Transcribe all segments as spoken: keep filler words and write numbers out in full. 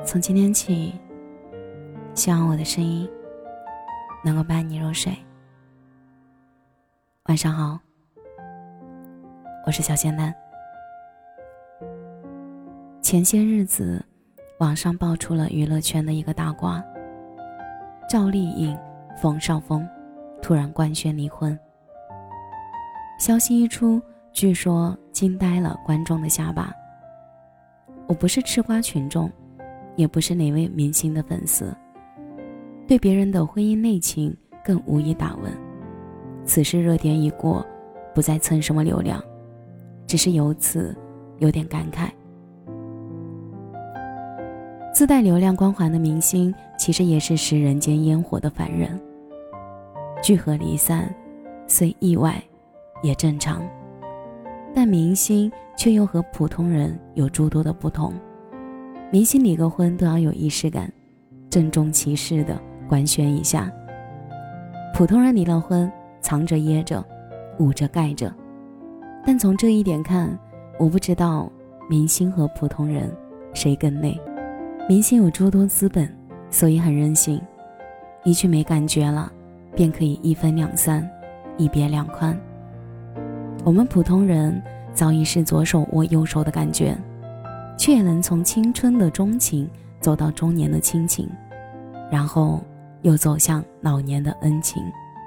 从今天起，希望我的声音能够伴你入睡。晚上好，我是小仙丹。前些日子网上爆出了娱乐圈的一个大瓜，赵丽颖、冯绍峰突然官宣离婚。消息一出，据说惊呆了观众的下巴。我不是吃瓜群众，也不是哪位明星的粉丝，对别人的婚姻内情更无意打问。此事热点已过，不再蹭什么流量，只是由此有点感慨。自带流量光环的明星，其实也是食人间烟火的凡人。聚合离散，虽意外，也正常。但明星却又和普通人有诸多的不同。明星离个婚都要有仪式感，郑重其事的官宣一下。普通人离了婚，藏着掖着，捂着盖着。但从这一点看，我不知道明星和普通人谁更累。明星有诸多资本，所以很任性，一句没感觉了，便可以一分两散，一别两宽。我们普通人早已是左手握右手的感觉，却也能从青春的钟情走到中年的亲情，然后又走向老年的恩情。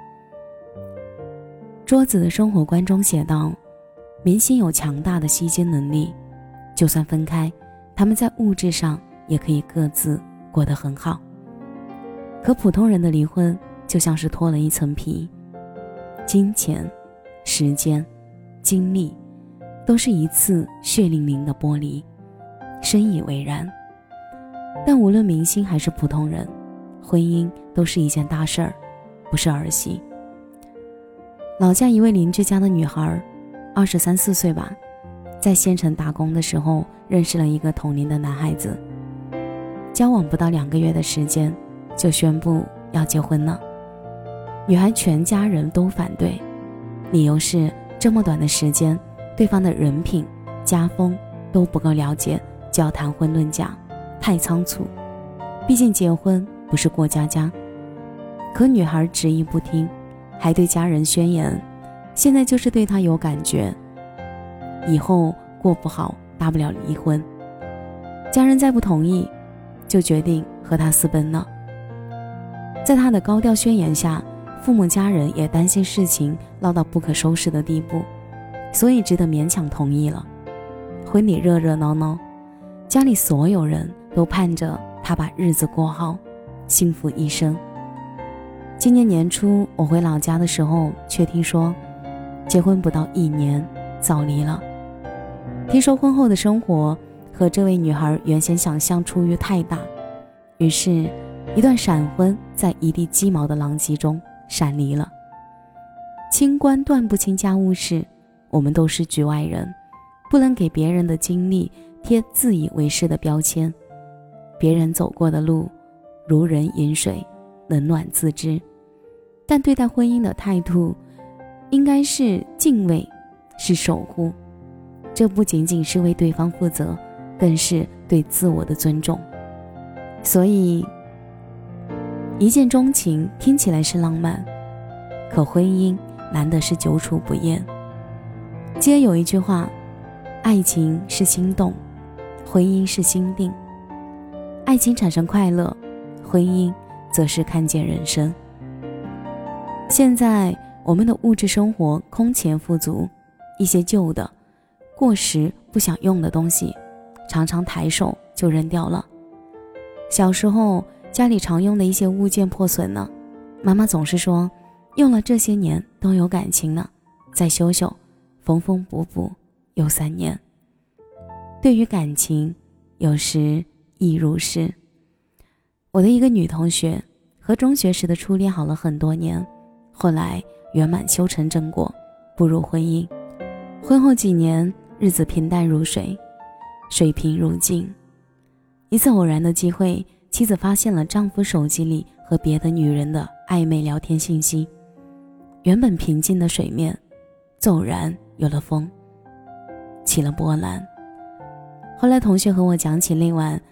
桌子的生活观中写道，明星有强大的吸金能力，就算分开，他们在物质上也可以各自过得很好。可普通人的离婚就像是脱了一层皮，金钱、时间、精力都是一次血淋淋的剥离，深以为然。但无论明星还是普通人，婚姻都是一件大事儿，不是儿戏。老家一位邻居家的女孩，二十三四岁吧，在县城打工的时候认识了一个同龄的男孩子，交往不到两个月的时间就宣布要结婚了。女孩全家人都反对，理由是这么短的时间，对方的人品、家风都不够了解，就要谈婚论嫁，太仓促。毕竟结婚不是过家家。可女孩执意不听，还对家人宣言，现在就是对她有感觉，以后过不好大不了离婚。家人再不同意，就决定和她私奔了。在她的高调宣言下，父母家人也担心事情闹到不可收拾的地步，所以只得勉强同意了。婚礼热热闹闹，家里所有人都盼着她把日子过好，幸福一生。今年年初我回老家的时候，却听说结婚不到一年早离了。听说婚后的生活和这位女孩原先想象出入太大，于是一段闪婚在一地鸡毛的狼藉中闪离了。清官断不清家务事，我们都是局外人，不能给别人的经历贴自以为是的标签。别人走过的路，如人饮水，冷暖自知。但对待婚姻的态度，应该是敬畏，是守护。这不仅仅是为对方负责，更是对自我的尊重。所以一见钟情听起来是浪漫，可婚姻难的是久处不厌。街有一句话，爱情是心动，婚姻是心定。爱情产生快乐，婚姻则是看见人生。现在我们的物质生活空前富足，一些旧的、过时不想用的东西，常常抬手就扔掉了。小时候家里常用的一些物件破损了，妈妈总是说用了这些年都有感情了，再修修，缝缝补补又三年。对于感情，有时亦如是。我的一个女同学和中学时的初恋好了很多年，后来圆满修成正果，步入婚姻。婚后几年，日子平淡如水，水平如镜。一次偶然的机会，妻子发现了丈夫手机里和别的女人的暧昧聊天信息，原本平静的水面骤然有了风，起了波澜。后来同学和我讲起那晚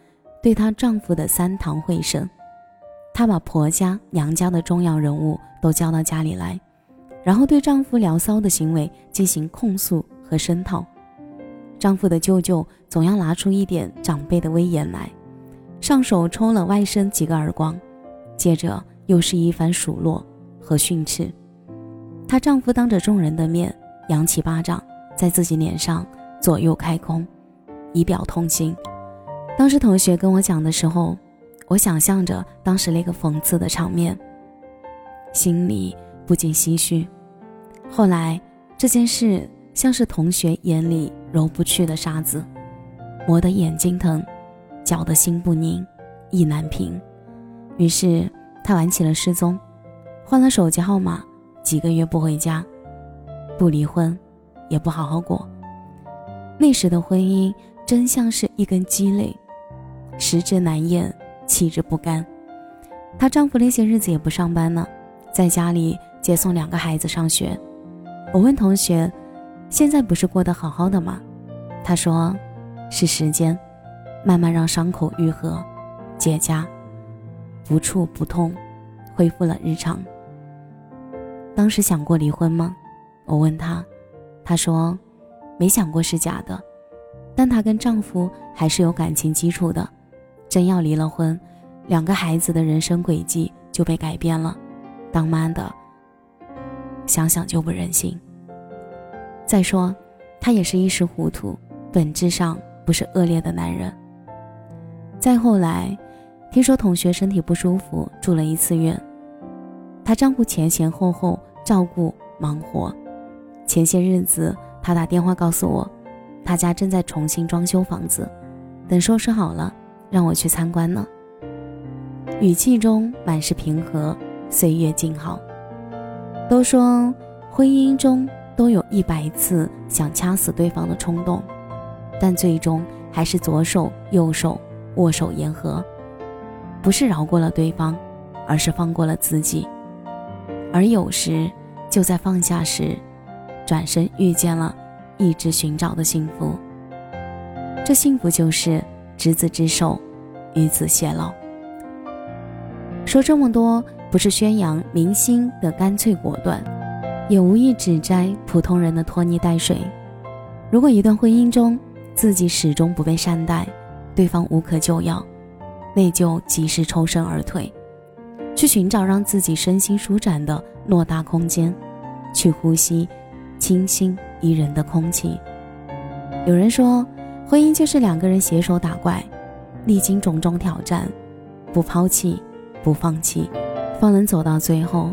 对她丈夫的三堂会审。她把婆家娘家的重要人物都叫到家里来，然后对丈夫聊骚的行为进行控诉和声讨。丈夫的舅舅总要拿出一点长辈的威严来，上手抽了外甥几个耳光，接着又是一番数落和训斥。她丈夫当着众人的面扬起巴掌，在自己脸上左右开弓，以表痛心。当时同学跟我讲的时候，我想象着当时那个讽刺的场面，心里不禁唏嘘。后来这件事像是同学眼里揉不去的沙子，磨得眼睛疼，搅得心不宁，意难平。于是他玩起了失踪，换了手机号码，几个月不回家，不离婚也不好好过。那时的婚姻真像是一根鸡肋，食之难咽，弃之不甘。她丈夫那些日子也不上班了，在家里接送两个孩子上学。我问同学，现在不是过得好好的吗？他说，是时间慢慢让伤口愈合结痂，不触不痛，恢复了日常。当时想过离婚吗？我问她，她说没想过是假的，但她跟丈夫还是有感情基础的，真要离了婚，两个孩子的人生轨迹就被改变了，当妈的想想就不忍心。再说他也是一时糊涂，本质上不是恶劣的男人。再后来听说同学身体不舒服，住了一次院，她丈夫前前后后照顾忙活。前些日子他打电话告诉我，他家正在重新装修房子，等收拾好了让我去参观呢。语气中满是平和，岁月静好。都说婚姻中都有一百次想掐死对方的冲动，但最终还是左手右手握手言和，不是饶过了对方，而是放过了自己。而有时就在放下时，转身遇见了一直寻找的幸福。这幸福就是执子之手，与子偕老。说这么多，不是宣扬明星的干脆果断，也无意指摘普通人的拖泥带水。如果一段婚姻中自己始终不被善待，对方无可救药，那就及时抽身而退，去寻找让自己身心舒展的偌大空间，去呼吸清新宜人的空气。有人说，婚姻就是两个人携手打怪，历经种种挑战，不抛弃不放弃，方能走到最后。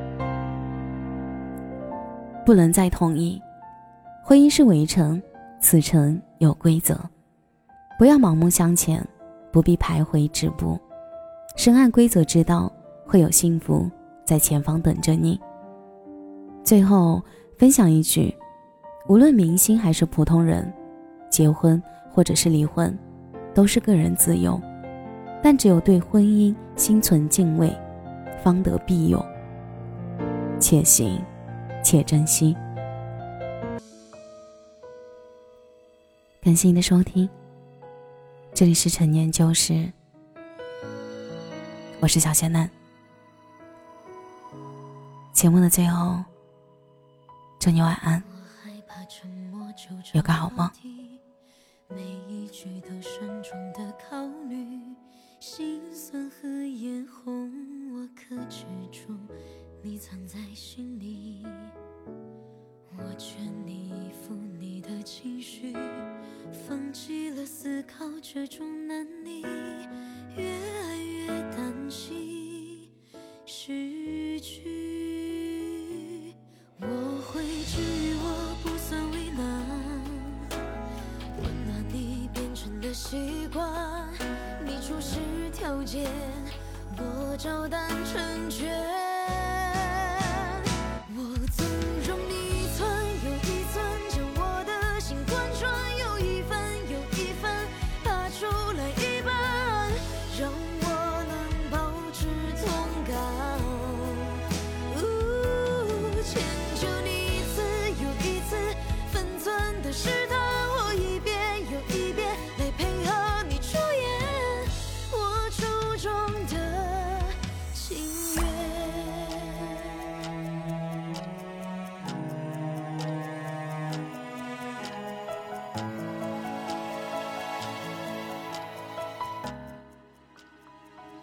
不能再同意，婚姻是围城，此城有规则，不要盲目向前，不必徘徊止步，深谙规则之道，会有幸福在前方等着你。最后分享一句，无论明星还是普通人，结婚或者是离婚都是个人自由，但只有对婚姻心存敬畏，方得庇佑。且行且珍惜。感谢你的收听，这里是陈年旧事，我是小仙男。节目的最后，祝你晚安，有个好梦。 每一句都慎重的考虑，心酸和眼红我克制住，你藏在心里。我全力以赴你的情绪，放弃了思考这种难题，越爱越担心失去。我会治愈我不算为难，温暖你变成了习惯，你出示条件，我照单成全。